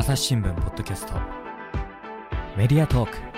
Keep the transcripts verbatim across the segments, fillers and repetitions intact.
朝日新聞ポッドキャストメディアトーク。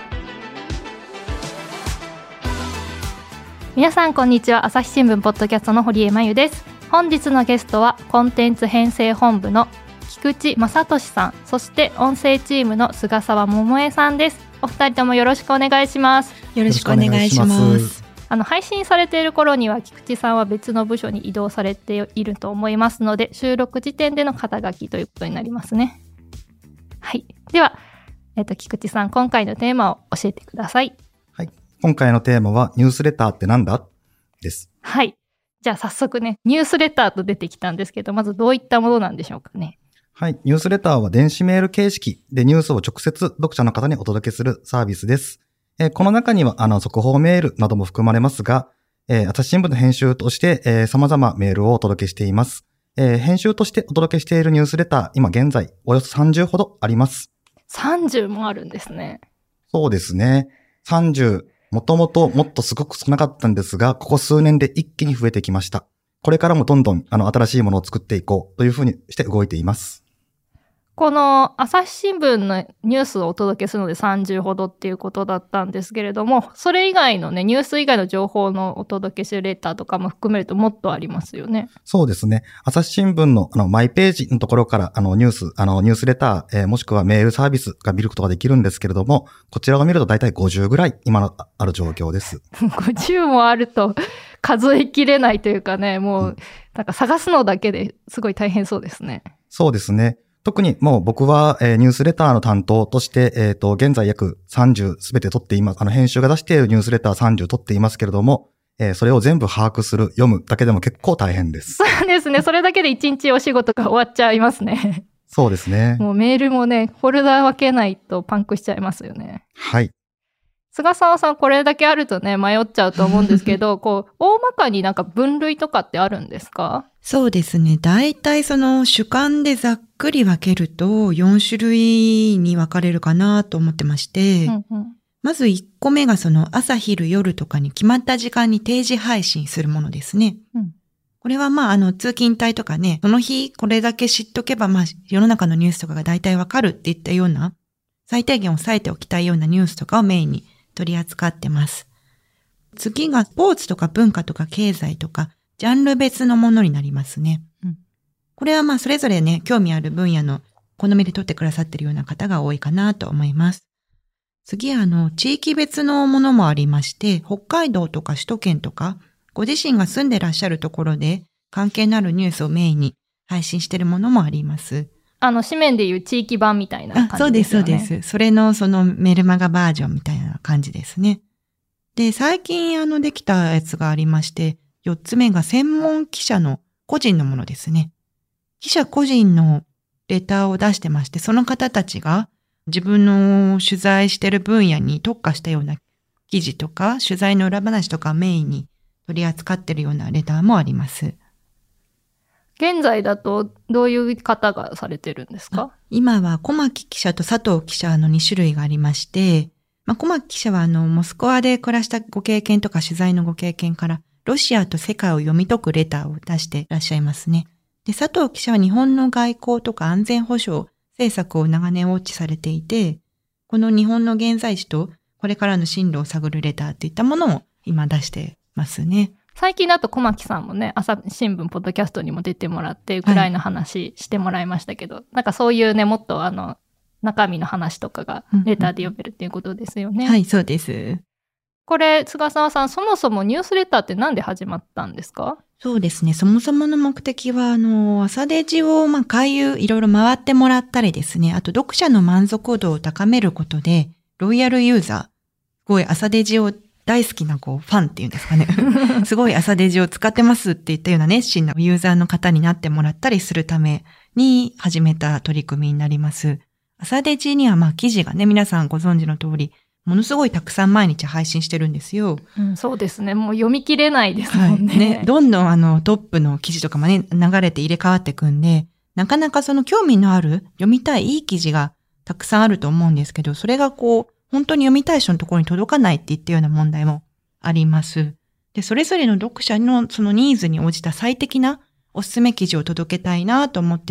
皆さんこんにちは。朝日新聞ポッドキャストの堀江真由です。本日のゲストはコンテンツ編成本部の菊池正俊さん、そして音声チームの菅沢桃江さんです。お二人ともよろしくお願いします。 よろしくお願いします。 あの配信されている頃には菊池さんは別の部署に移動されていると思いますので、収録時点での肩書きということになりますね。はい、では、えっと、菊池さん、今回のテーマを教えてください。 はい、今回のテーマはニュースレターってなんだです。 はい、じゃあ早速ね、ニュースレターと出てきたんですけど、まずどういったものなんでしょうかね。 はい、ニュースレターは電子メール形式でニュースを直接読者の方にお届けするサービスです。えー、この中にはあの速報メールなども含まれますが、えー、朝日新聞の編集として、えー、様々メールをお届けしています。えー、編集としてお届けしているニュースレター、今現在およそさんじゅうほどあります。 さんじゅうもあるんですね。 そうですね。さんじゅう、もともともっとすごく少なかったんですが、ここ数年で一気に増えてきました。これからもどんどんあの新しいものを作っていこうというふうにして動いています。 この朝日新聞のニュースをお届けするのでさんじゅうほどっていうことだったんですけれども、それ以外のね、ニュース以外の情報のお届けするレターとかも含めるともっとありますよね。 そうですね。朝日新聞のあのマイページのところからあのニュース、あのニュースレター、えー、もしくはメールサービスが見ることができるんですけれども、こちらを見るとだいたいごじゅうぐらい今のある状況です。 ごじゅうもあると数えきれないというかね、もうなんか探すのだけですごい大変そうですね。 そうですね。特にもう僕は、えー、ニュースレターの担当として、えっと、現在約さんじゅうすべて取っています。あの、編集が出しているニュースレターさんじゅう取っていますけれども、えー、それを全部把握する、読むだけでも結構大変です。 そうですね。それだけで一日お仕事が終わっちゃいますね。 そうですね。 もうメールもね、フォルダ分けないとパンクしちゃいますよね。 はい。 菅沢さん、これだけあるとね、迷っちゃうと思うんですけど、こう、大まかになんか分類とかってあるんですか？ そうですね。大体その主観でざっくり分けるとよん種類に分かれるかなと思ってまして、 うんうん、 まずいっこめがその朝昼夜とかに決まった時間に定時配信するものですね。うん、これはまああの通勤帯とかね、その日これだけ知っとけばまあ世の中のニュースとかが大体分かるっていったような、最低限押さえておきたいようなニュースとかをメインに取り扱ってます。次がスポーツとか文化とか経済とかジャンル別のものになりますね。うん、これはまあそれぞれね、興味ある分野の好みで取ってくださっているような方が多いかなと思います。次はあの地域別のものもありまして、北海道とか首都圏とかご自身が住んでらっしゃるところで関係のあるニュースをメインに配信しているものもあります。 あの紙面でいう地域版みたいな感じですよね。 あ、そうですそうです。それのそのメルマガバージョンみたいな感じですね。で、最近あのできたやつがありまして、よっつめが専門記者の個人のものですね。記者個人のレターを出してまして、その方たちが自分の取材している分野に特化したような記事とか、取材の裏話とかメインに取り扱っているようなレターもあります。 現在だとどういう方がされてるんですか？ 今は小牧記者と佐藤記者のに種類がありまして、まあ、小牧記者はあのモスクワで暮らしたご経験とか取材のご経験からロシアと世界を読み解くレターを出していらっしゃいますね。で、佐藤記者は日本の外交とか安全保障政策を長年ウォッチされていて、この日本の現在地とこれからの進路を探るレターといったものを今出してますね。 最近だと小牧さんもね、朝日新聞ポッドキャストにも出てもらってウクライナ話してもらいましたけど、はい、なんかそういうね、もっとあの中身の話とかがレターで読めるっていうことですよね。 うんうん、はい、そうです。 これ菅沢さん、そもそもニュースレターってなんで始まったんですか？ そうですね。そもそもの目的は、あの、朝デジを、まあ、回遊、いろいろ回ってもらったりですね。あと、読者の満足度を高めることで、ロイヤルユーザー、すごい朝デジを大好きな、こう、ファンっていうんですかね。すごい朝デジを使ってますって言ったような熱心なユーザーの方になってもらったりするために始めた取り組みになります。朝デジには、まあ、記事がね、皆さんご存知の通り、ものすごいたくさん毎日配信してるんですよ。 うん、そうですね。もう読み切れないですもんね。 はい、ね、どんどんあのトップの記事とかもね、流れて入れ替わっていくんで、なかなかその興味のある、読みたいいい記事がたくさんあると思うんですけど、それがこう、本当に読みたい人のところに届かないっていったような問題もあります。で、それぞれの読者のそのニーズに応じた最適なおすすめ記事を届けたいなと思って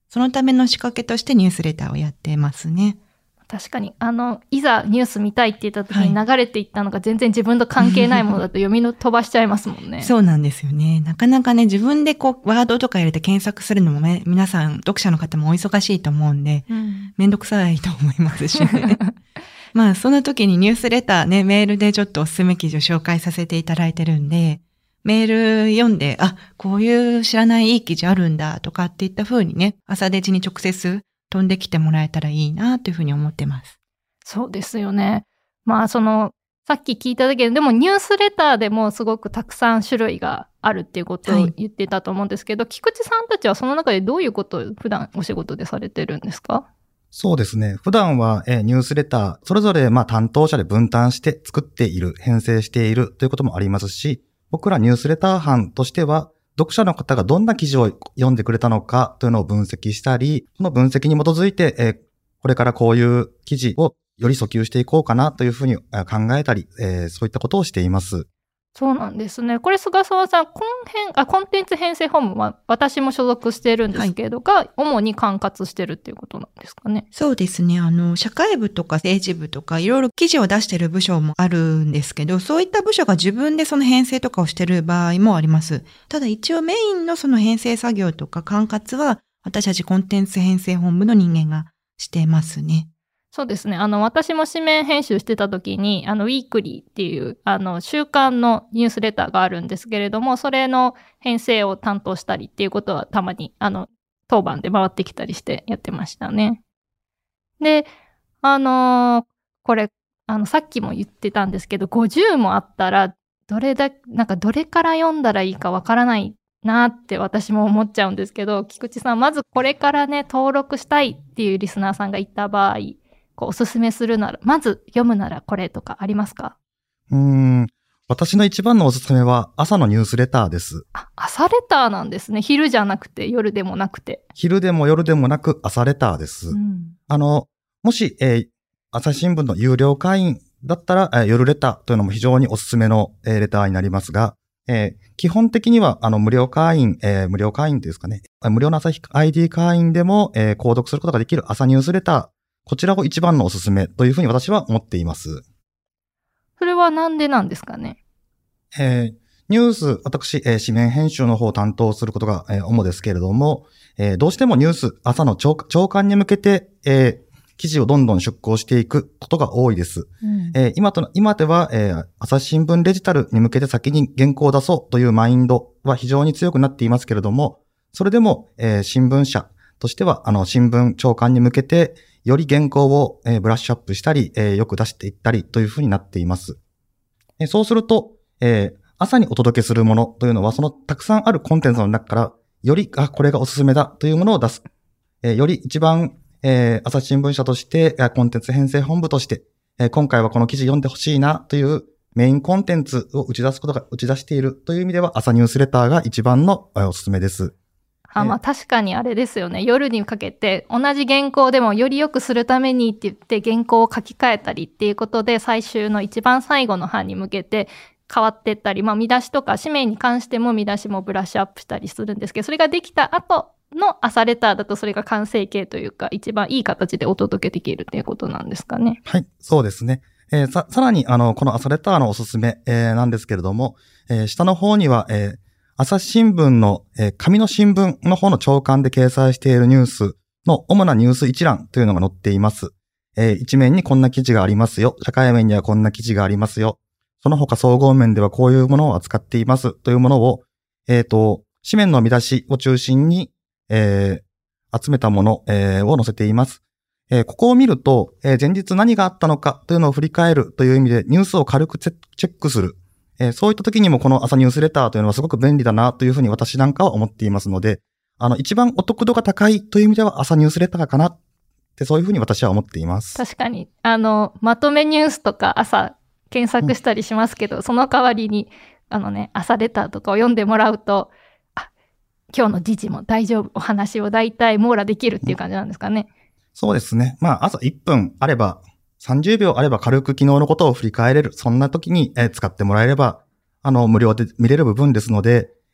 そのための仕掛けとしてニュースレターをやってますね。 確かに、あの、いざニュース見たいって言った時に流れていったのが全然自分と関係ないものだと読みの飛ばしちゃいますもんね。 そうなんですよね。なかなかね、自分でこう、ワードとか入れて検索するのもね、皆さん、読者の方もお忙しいと思うんで、うん、めんどくさいと思いますしね。まあ、その時にニュースレターね、メールでちょっとおすすめ記事を紹介させていただいてるんで、メール読んで、あ、こういう知らないいい記事あるんだとかっていった風にね、朝デジに直接飛んできてもらえたらいいなというふうに思ってます。 そうですよね。まあそのさっき聞いただけで、でもニュースレターでもすごくたくさん種類があるっていうことを言ってたと思うんですけど、はい、菊池さんたちはその中でどういうことを普段お仕事でされてるんですか？ そうですね。普段は、えー、ニュースレター、それぞれまあ担当者で分担して作っている、編成しているということもありますし、僕らニュースレター班としては、読者の方がどんな記事を読んでくれたのかというのを分析したり、その分析に基づいて、えー、これからこういう記事をより訴求していこうかなというふうに考えたり、えー、そういったことをしています。 そうなんですね。これ菅沢さん、コン編あコンテンツ編成本部は私も所属しているんですけど、はい、が主に管轄してるっていうことなんですかね。 そうですね。あの社会部とか政治部とかいろいろ記事を出している部署もあるんですけど、そういった部署が自分でその編成とかをしている場合もあります。ただ一応メインのその編成作業とか管轄は私たちコンテンツ編成本部の人間がしてますね。 そうですね。あの、私も紙面編集してた時に、あの、ウィークリーっていう、あの、週刊のニュースレターがあるんですけれども、それの編成を担当したりっていうことはたまに、あの、当番で回ってきたりしてやってましたね。で、あのー、これ、あの、さっきも言ってたんですけど、ごじゅうもあったら、どれだ、なんかどれから読んだらいいかわからないなって私も思っちゃうんですけど、菊池さん、まずこれからね、登録したいっていうリスナーさんがいた場合、こうおすすめするなら、まず読むならこれとかありますか？ うーん、私の一番のおすすめは朝のニュースレターです。 あ、朝レターなんですね。昼じゃなくて夜でもなくて。 昼でも夜でもなく朝レターです。うん、あの、もし、えー、朝日新聞の有料会員だったら、えー、夜レターというのも非常におすすめの、えー、レターになりますが、えー、基本的にはあの無料会員、えー、無料会員ですかね。無料の朝日 アイディー 会員でも、えー、購読することができる朝ニュースレター。こちらを一番のおすすめというふうに私は思っています。 それはなんでなんですかね？ えー、ニュース、私、えー、紙面編集の方を担当することが、えー、主ですけれども、えー、どうしてもニュース、朝の朝、朝刊に向けて、えー、記事をどんどん出稿していくことが多いです。うんえー、今と、今では、えー、朝日新聞デジタルに向けて先に原稿を出そうというマインドは非常に強くなっていますけれども、それでも、えー、新聞社としては、あの、新聞朝刊に向けて、より原稿を、えー、ブラッシュアップしたり、えー、よく出していったりというふうになっています。えー、そうすると、えー、朝にお届けするものというのは、そのたくさんあるコンテンツの中から、より、あ、これがおすすめだというものを出す。えー、より一番、えー、朝日新聞社として、コンテンツ編成本部として、えー、今回はこの記事読んでほしいなというメインコンテンツを打ち出すことが、打ち出しているという意味では、朝ニュースレターが一番のおすすめです。 あ、まあ確かにあれですよね。夜にかけて同じ原稿でもより良くするためにって言って原稿を書き換えたりっていうことで最終の一番最後の版に向けて変わっていったり、まあ見出しとか紙面に関しても見出しもブラッシュアップしたりするんですけど、それができた後の朝レターだとそれが完成形というか一番いい形でお届けできるっていうことなんですかね。 はい、そうですね。えー、さ、さらにあの、この朝レターのおすすめ、えー、なんですけれども、えー、下の方には、えー朝日新聞の、えー、紙の新聞の方の朝刊で掲載しているニュースの主なニュース一覧というのが載っています。えー、一面にこんな記事がありますよ。社会面にはこんな記事がありますよ。その他総合面ではこういうものを扱っていますというものを、えっと、紙面の見出しを中心に、えー、集めたもの、えー、を載せています。えー、ここを見ると、えー、前日何があったのかというのを振り返るという意味でニュースを軽くチェックする。えー、そういった時にもこの朝ニュースレターというのはすごく便利だなというふうに私なんかは思っていますので、あの、一番お得度が高いという意味では朝ニュースレターかなってそういうふうに私は思っています。 確かに、あの、まとめニュースとか朝検索したりしますけど、うん、その代わりに、あのね、朝レターとかを読んでもらうと、あ、今日の時事も大丈夫、お話を大体網羅できるっていう感じなんですかね。うん、 そうですね。まあ、朝いっぷんあれば、さんじゅうびょうあれば軽く昨日のことを振り返れる。そんな時に、えー、使ってもらえれば、あの、無料で見れる部分ですので、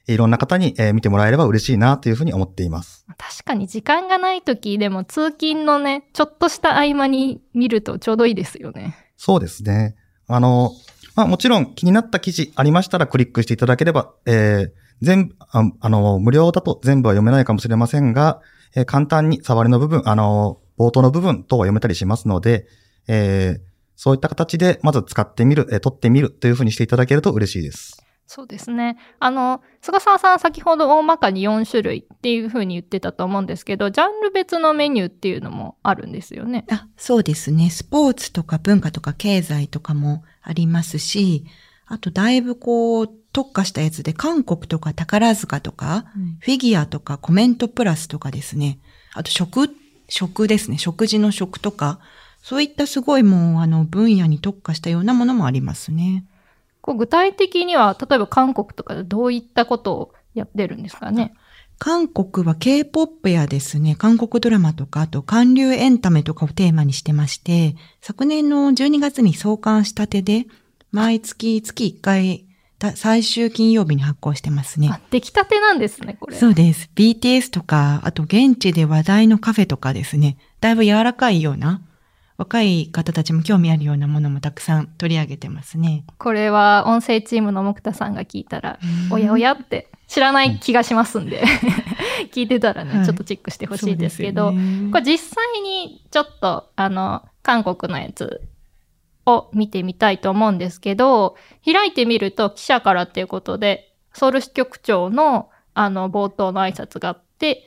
いろんな方に、えー、見てもらえれば嬉しいなというふうに思っています。 確かに時間がない時でも通勤のね、ちょっとした合間に見るとちょうどいいですよね。 そうですね。あの、まあもちろん気になった記事ありましたらクリックしていただければ、えー、全部、あ, あの、無料だと全部は読めないかもしれませんが、えー、簡単に触りの部分、あの、冒頭の部分等は読めたりしますので、えー、そういった形でまず使ってみる、えー、取ってみるというふうにしていただけると嬉しいです。 そうですね。あの、菅沢さん先ほど大まかによん種類っていうふうに言ってたと思うんですけど、ジャンル別のメニューっていうのもあるんですよね。 あ、そうですね。スポーツとか文化とか経済とかもありますし、あとだいぶこう特化したやつで韓国とか宝塚とか、うん、フィギュアとかコメントプラスとかですね。あと食、食ですね。食事の食とか、そういったすごいもうあの分野に特化したようなものもありますね。 こう具体的には、例えば韓国とかでどういったことをやってるんですかね。 韓国は K-ポップ やですね、韓国ドラマとか、あと韓流エンタメとかをテーマにしてまして、昨年のじゅうにがつに創刊したてで、毎月月いっかい最終金曜日に発行してますね。 あ、出来たてなんですね、これ。 そうです。ビーティーエス とか、あと現地で話題のカフェとかですね、だいぶ柔らかいような、若い方たちも興味あるようなものもたくさん取り上げてますね。 これは音声チームの木田さんが聞いたら、おやおやって知らない気がしますんで、聞いてたらね、はい、ちょっとチェックしてほしいですけど、ね、これ実際にちょっと、あの、韓国のやつを見てみたいと思うんですけど、開いてみると記者からっていうことで、ソウル支局長のあの冒頭の挨拶があって、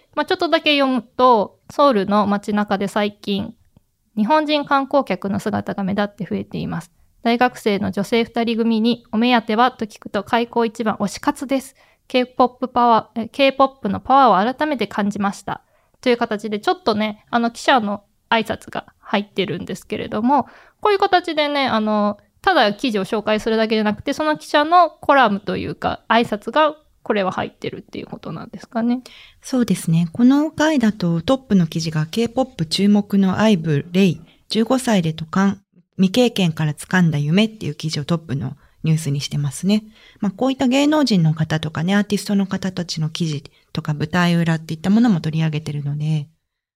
まあ、ちょっとだけ読むと、ソウルの街中で最近、日本人観光客の姿が目立って増えています。大学生の女性二人組にお目当てはと聞くと開口一番推し活です。K-ポップ パワー、K-ポップ のパワーを改めて感じました。という形でちょっとね、あの記者の挨拶が入ってるんですけれども、こういう形でね、あの、ただ記事を紹介するだけじゃなくて、その記者のコラムというか挨拶がこれは入ってるっていうことなんですかね。 そうですね。この回だとトップの記事が K-ポップ 注目のアイブ・レイ、じゅうごさいで渡韓、未経験から掴んだ夢っていう記事をトップのニュースにしてますね。まあこういった芸能人の方とかね、アーティストの方たちの記事とか舞台裏っていったものも取り上げてるので。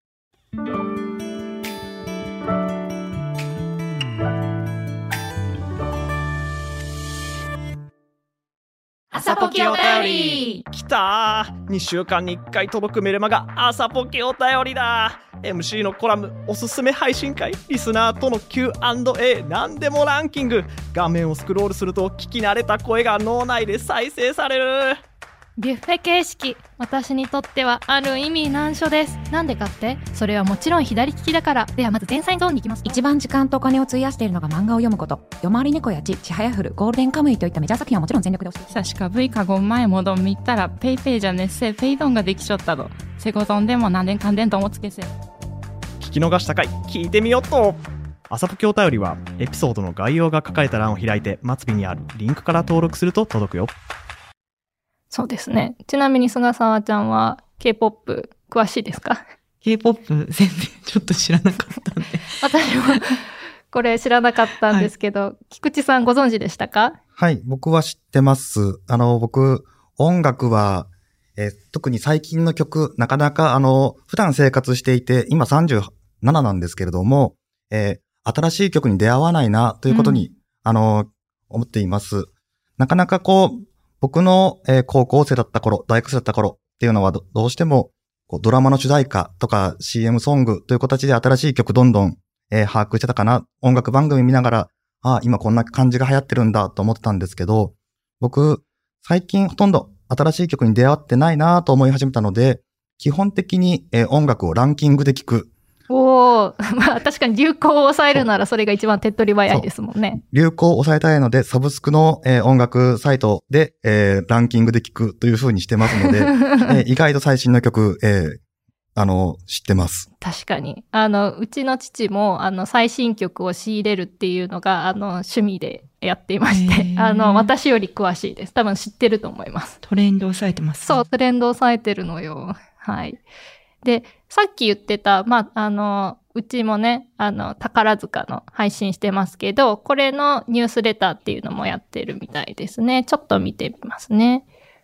朝ポケお便りきたーにしゅうかんにいっかい届くメルマガ朝ポケお便りだ。 エムシー のコラム、おすすめ配信会、リスナーとの キューアンドエー、 何でもランキング、画面をスクロールすると聞き慣れた声が脳内で再生される。 ビュッフェ形式、私にとってはある意味難所です。なんでかって？それはもちろん左利きだから。ではまず前菜ゾーンに行きます。 一番時間とお金を費やしているのが漫画を読むこと。夜回り猫やち、ちはやふる、ゴールデンカムイといったメジャー作品はもちろん全力で押して。 さしかブイかごまえもどんみったらペイペイじゃねっせ、ペイドンができちょったど。セゴドンでもなんでんかんでんとんをつけせ。 聞き逃した回聞いてみよっと。朝ポケお便りはエピソードの概要が書かれた欄を開いて末尾にあるリンクから登録すると届くよ。 そうですね。ちなみに菅沢ちゃんは K-ポップ 詳しいですか？ K-ポップ 全然ちょっと知らなかったんで。 私もこれ知らなかったんですけど、はい、菊池さんご存知でしたか？ はい、僕は知ってます。あの、僕、音楽は、えー、特に最近の曲、なかなかあの、普段生活していて、今さんじゅうなななんですけれども、えー、新しい曲に出会わないな、ということに、うん、あの、思っています。なかなかこう、僕の、えー、高校生だった頃、大学生だった頃っていうのは ど, どうしてもこうドラマの主題歌とか シーエム ソングという形で新しい曲どんどん、えー、把握してたかな。音楽番組見ながら、ああ、今こんな感じが流行ってるんだと思ってたんですけど、僕、最近ほとんど新しい曲に出会ってないなと思い始めたので、基本的に、えー、音楽をランキングで聴く。 おー、まあ確かに流行を抑えるならそれが一番手っ取り早いですもんね。 流行を抑えたいので、サブスクの、えー、音楽サイトで、えー、ランキングで聴くという風にしてますので、えー、意外と最新の曲、えー、あの、知ってます。 確かに。あの、うちの父も、あの、最新曲を仕入れるっていうのが、あの、趣味でやっていまして、あの、私より詳しいです。多分知ってると思います。 トレンドを抑えてます、ね。 そう、トレンドを抑えてるのよ。はい。で、さっき言ってた、まあ、あの、うちもね、あの、宝塚の配信してますけど、これのニュースレターっていうのもやってるみたいですね。ちょっと見てみますね。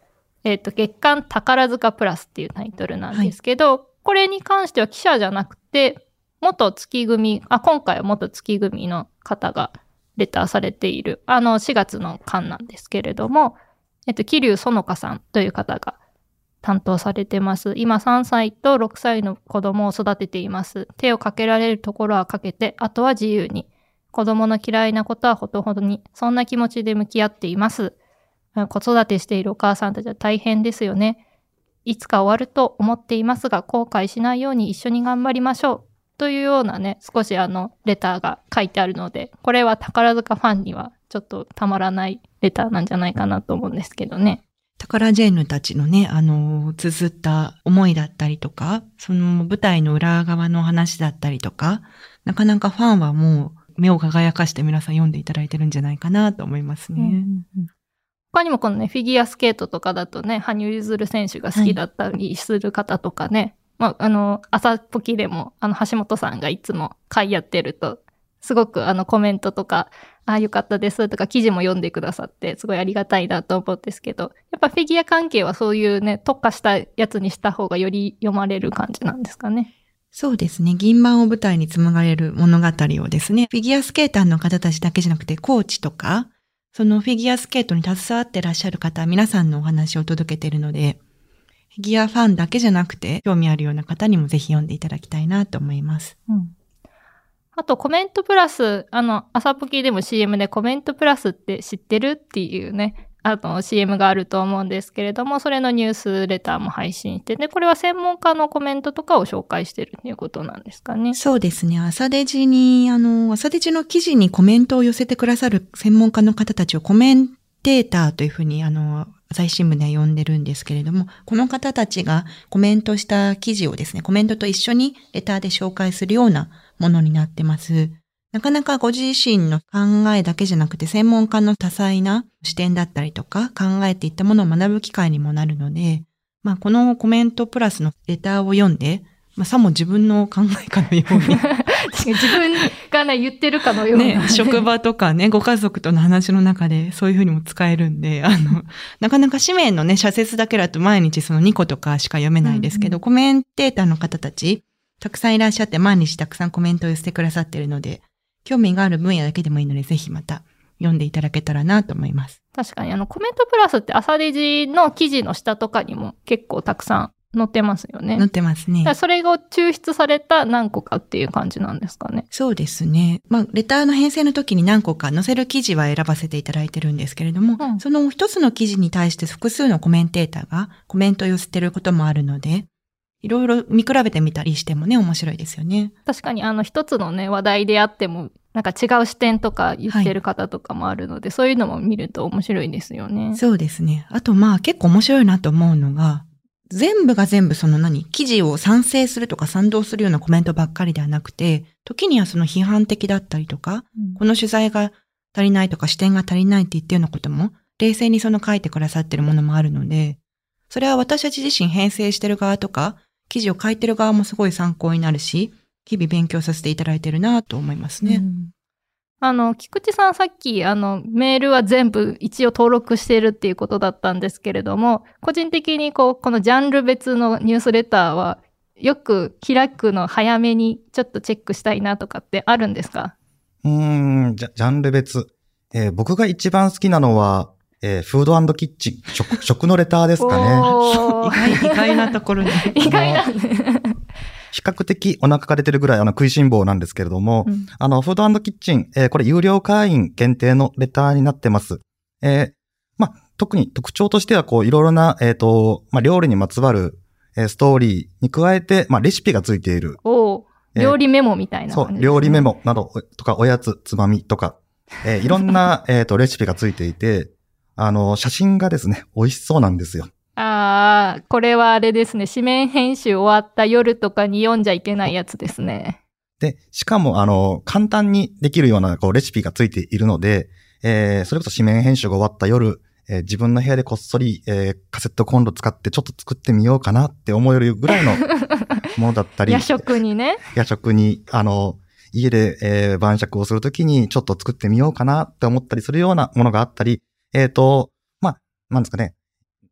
えっと、月刊宝塚プラスっていうタイトルなんですけど、はい、これに関しては記者じゃなくて、元月組、あ、今回は元月組の方がレターされている、あの、しがつの刊なんですけれども、えっと、桐生園香さんという方が担当されてます。今さんさいとろくさいの子供を育てています。手をかけられるところはかけて、あとは自由に。子供の嫌いなことはほどほどに。そんな気持ちで向き合っています。子育てしているお母さんたちは大変ですよね。いつか終わると思っていますが、後悔しないように一緒に頑張りましょう。というようなね、少しあの、レターが書いてあるので、これは宝塚ファンにはちょっとたまらないレターなんじゃないかなと思うんですけどね。 タカラジェンヌたちのね、あの、綴った思いだったりとか、その舞台の裏側の話だったりとか、なかなかファンはもう目を輝かして皆さん読んでいただいてるんじゃないかなと思いますね。うんうんうん、 他にもこのね、フィギュアスケートとかだとね、羽生結弦選手が好きだったりする方とかね、はい、まあ、あの、朝ポキでも、あの、橋本さんがいつも会やってると、すごくあのコメントとか、ああ、よかったですとか記事も読んでくださって、すごいありがたいなと思うんですけど、やっぱフィギュア関係はそういうね、特化したやつにした方がより読まれる感じなんですかね。 そうですね。銀盤を舞台に紡がれる物語をですね、フィギュアスケーターの方たちだけじゃなくて、コーチとか、そのフィギュアスケートに携わってらっしゃる方、皆さんのお話を届けているので、フィギュアファンだけじゃなくて、興味あるような方にもぜひ読んでいただきたいなと思います。うん。 あとコメントプラス、あの、朝ポキでも シーエム でコメントプラスって知ってるっていうね、あの シーエム があると思うんですけれども、それのニュースレターも配信して、で、これは専門家のコメントとかを紹介してるっていうことなんですかね。 そうですね。朝デジに、あの、朝デジの記事にコメントを寄せてくださる専門家の方たちをコメンテーターというふうに、あの、朝日新聞では呼んでるんですけれども、この方たちがコメントした記事をですね、コメントと一緒にレターで紹介するようなものになってます。なかなかご自身の考えだけじゃなくて、専門家の多彩な視点だったりとか、考えていったものを学ぶ機会にもなるので、まあ、このコメントプラスのレターを読んで、まあ、さも自分の考えかのように自分がね、言ってるかのような、 ね、職場とかね、ご家族との話の中でそういうふうにも使えるんで、あの、なかなか紙面のね、社説だけだと毎日そのにことかしか読めないですけど、うんうん、コメンテーターの方たち、たくさんいらっしゃって毎日たくさんコメントを寄せてくださっているので、興味がある分野だけでもいいので、ぜひまた読んでいただけたらなと思います。 確かに、あの、コメントプラスって朝デジの記事の下とかにも結構たくさん載ってますよね。 載ってますね。 それが抽出された何個かっていう感じなんですかね。 そうですね。まあ、レターの編成の時に何個か載せる記事は選ばせていただいてるんですけれども、うん、その一つの記事に対して複数のコメンテーターがコメントを寄せてることもあるので、いろいろ見比べてみたりしてもね、面白いですよね。 確かにあの一つのね、話題であっても、なんか違う視点とか言ってる方とかもあるので、はい、そういうのも見ると面白いですよね。 そうですね。あとまあ結構面白いなと思うのが、全部が全部その何、記事を賛成するとか賛同するようなコメントばっかりではなくて、時にはその批判的だったりとか、うん、この取材が足りないとか視点が足りないって言ってるようなことも、冷静にその書いてくださってるものもあるので、それは私たち自身編成してる側とか、記事を書いてる側もすごい参考になるし、日々勉強させていただいてるなと思いますね。うん、 あの、菊池さんさっき、あの、メールは全部一応登録しているっていうことだったんですけれども、個人的にこう、このジャンル別のニュースレターは、よく開くの早めにちょっとチェックしたいなとかってあるんですか？ うーん、ジャ、ジャンル別。えー、僕が一番好きなのは、えー、フード&キッチン、食、食のレターですかね。 意外、意外なところに。 意外なんで。 比較的お腹が出てるぐらいあの食いしん坊なんですけれども、うん、あの、フード&キッチン、えー、これ有料会員限定のレターになってます。えー、まあ、特に特徴としてはこういろいろな、えっと、まあ、料理にまつわる、えー、ストーリーに加えて、まあ、レシピがついている。 おー、料理メモみたいな感じですね。 そう、料理メモなどとかおやつ、つまみとか、えー、いろんな、えっと、レシピがついていて、あの、写真がですね、美味しそうなんですよ。 ああ、これはあれですね。紙面編集終わった夜とかに読んじゃいけないやつですね。 で、しかも、あの、簡単にできるような、こう、レシピがついているので、えー、それこそ紙面編集が終わった夜、えー、自分の部屋でこっそり、えー、カセットコンロ使ってちょっと作ってみようかなって思えるぐらいのものだったり。 夜食にね。 夜食に、あの、家で、えー、晩酌をするときにちょっと作ってみようかなって思ったりするようなものがあったり、えっと、まあ、なんですかね。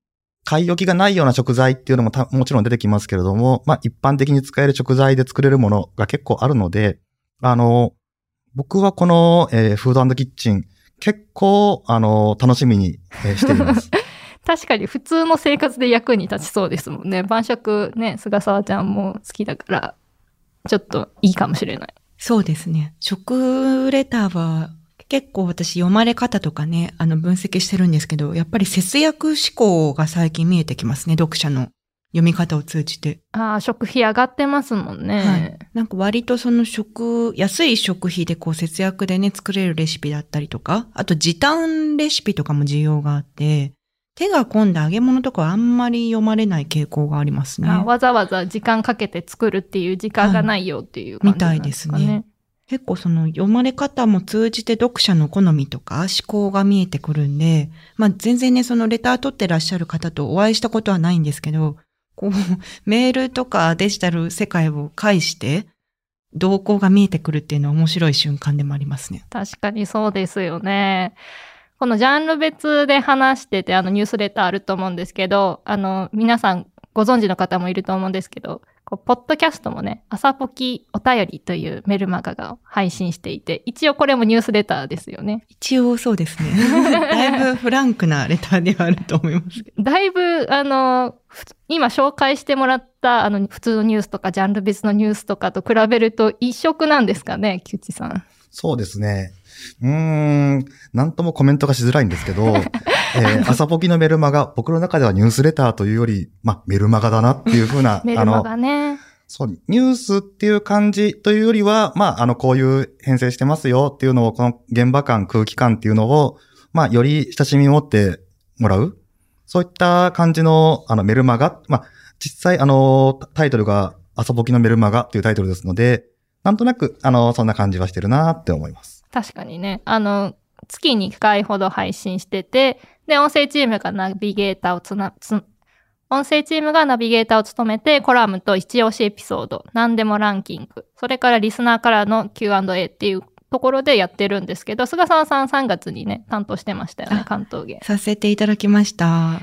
買い置きがないような食材っていうのもたもちろん出てきますけれども、まあ一般的に使える食材で作れるものが結構あるので、あの、僕はこの、えー、フード&キッチン、結構、あの、楽しみに、えー、しています。 確かに普通の生活で役に立ちそうですもんね。晩酌ね、菅沢ちゃんも好きだから、ちょっといいかもしれない。 そうですね。食レターは結構私読まれ方とかね、あの分析してるんですけど、やっぱり節約思考が最近見えてきますね、読者の読み方を通じて。 ああ、食費上がってますもんね。 はい。なんか割とその食、安い食費でこう節約でね、作れるレシピだったりとか、あと時短レシピとかも需要があって、手が込んだ揚げ物とかはあんまり読まれない傾向がありますね。 あ、わざわざ時間かけて作るっていう時間がないよっていう感じなんですかね。みたいですね。 結構その読まれ方も通じて読者の好みとか思考が見えてくるんで、まあ全然ね、そのレター取ってらっしゃる方とお会いしたことはないんですけど、こう、メールとかデジタル世界を介して動向が見えてくるっていうのは面白い瞬間でもありますね。 確かにそうですよね。このジャンル別で話してて、あのニュースレターあると思うんですけど、あの皆さんご存知の方もいると思うんですけど、こうポッドキャストもね、朝ポキお便りというメルマガを配信していて、一応これもニュースレターですよね。 一応そうですね。だいぶフランクなレターではあると思いますけど。 だいぶ、あの、今紹介してもらったあの普通のニュースとかジャンル別のニュースとかと比べると一色なんですかね、キュッチさん。 そうですね。うーん、なんともコメントがしづらいんですけど、えー、朝ポキのメルマガ、僕の中ではニュースレターというより、まあ、メルマガだなっていう風な、 メルマガね。 そう、ニュースっていう感じというよりは、まあ、あの、こういう編成してますよっていうのを、この現場感、空気感っていうのを、まあ、より親しみを持ってもらう。そういった感じの、あの、メルマガ。まあ、実際、あの、タイトルが朝ポキのメルマガっていうタイトルですので、なんとなく、あの、そんな感じはしてるなって思います。 確かにね。あの、月にいっかいほど配信してて、で、音声チームがナビゲーターをつな、つ、音声チームがナビゲーターを務めて、コラムと一押しエピソード、何でもランキング、それからリスナーからの キューアンドエー っていうところでやってるんですけど、菅沢さんさんがつにね、担当してましたよね、関東芸。 させていただきました。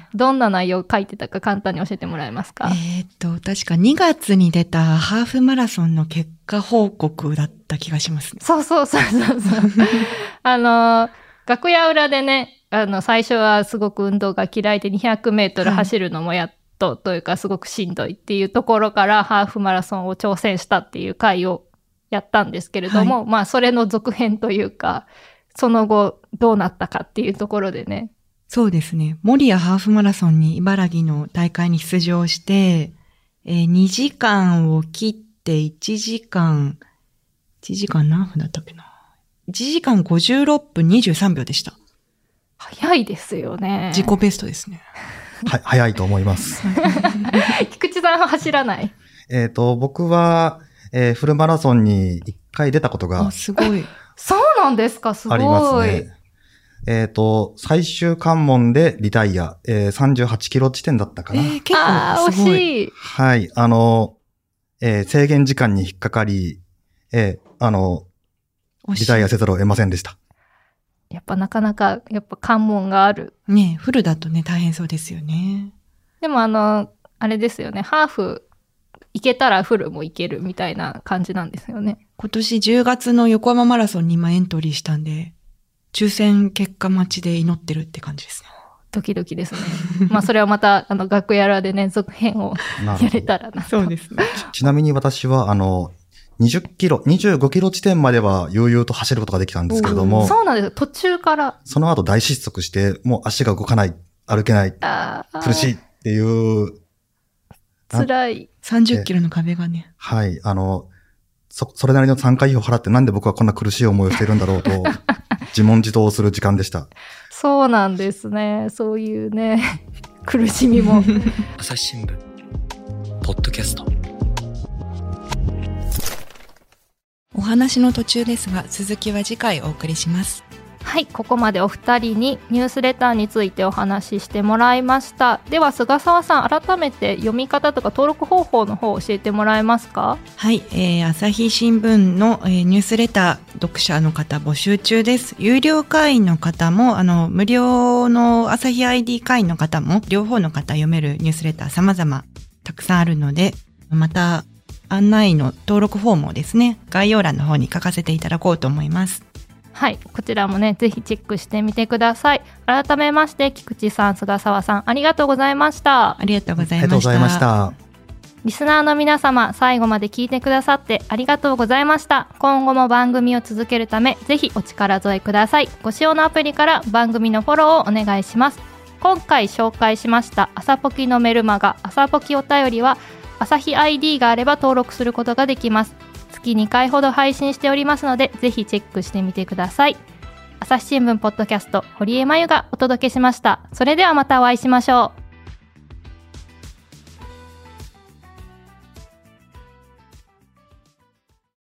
どんな内容書いてたか簡単に教えてもらえますか？ えーっと、確かにがつに出たハーフマラソンの結果報告だった気がしますね。 そうそうそうそうそう。あの、楽屋裏でね、あの、最初はすごく運動が嫌いでにひゃくメートル走るのもやっと、はい、というかすごくしんどいっていうところからハーフマラソンを挑戦したっていう回をやったんですけれども、はい、まあそれの続編というか、その後どうなったかっていうところでね。 そうですね。守谷ハーフマラソンに茨城の大会に出場して、えー、にじかんを切っていちじかん、いちじかん何分だったっけな。いちじかんごじゅうろっぷんにじゅうさんびょうでした。 早いですよね。 自己ベストですね。 は、早いと思います。 菊池さんは走らない？ えっと、僕は、えー、フルマラソンにいっかい出たことが。 あ、すごい。 そうなんですか、すごい。 ありますね。えっと、最終関門でリタイア、えー、さんじゅうはちキロ地点だったかな。えー、結構すごい。 あー、惜しい。 はい、あの、えー、制限時間に引っかかり、えー、あの、リタイアせざるを得ませんでした。 やっぱなかなか、やっぱ関門がある。 ねえ、フルだとね、大変そうですよね。 でもあの、あれですよね、ハーフ、行けたらフルも行けるみたいな感じなんですよね。 今年じゅうがつの横浜マラソンに今エントリーしたんで、抽選結果待ちで祈ってるって感じですね。 ドキドキですね。まあそれはまた、あの、楽屋裏でね、続編をやれたらな。 そうですねち。ちなみに私は、あの、にじゅっキロ、にじゅうごキロ地点までは悠々と走ることができたんですけれども。 そうなんですよ。途中から。 その後大失速して、もう足が動かない、歩けない、苦しいっていう。 辛い。 さんじゅっキロの壁がね。 はい。あの、そ、それなりの参加費を払ってなんで僕はこんな苦しい思いをしているんだろうと、自問自答する時間でした。 そうなんですね。そういうね、苦しみも。 朝日新聞、ポッドキャスト。 お話の途中ですが、続きは次回お送りします。 はい、ここまでお二人にニュースレターについてお話ししてもらいました。では菅沢さん、改めて読み方とか登録方法の方を教えてもらえますか？ はい、えー、朝日新聞の、えー、ニュースレター読者の方募集中です。有料会員の方もあの無料の朝日 アイディー 会員の方も両方の方読めるニュースレター様々たくさんあるので、また案内の登録フォームをですね概要欄の方に書かせていただこうと思います。 はい、こちらもねぜひチェックしてみてください。改めまして菊池さん、菅沢さん、ありがとうございました。 ありがとうございました。 ありがとうございました。 リスナーの皆様、最後まで聞いてくださってありがとうございました。今後も番組を続けるためぜひお力添えください。ご使用のアプリから番組のフォローをお願いします。今回紹介しました朝ポキのメルマガ朝ポキお便りは朝日 アイディー があれば登録することができます。月にかいほど配信しておりますのでぜひチェックしてみてください。朝日新聞ポッドキャスト堀江真由がお届けしました。それではまたお会いしましょう。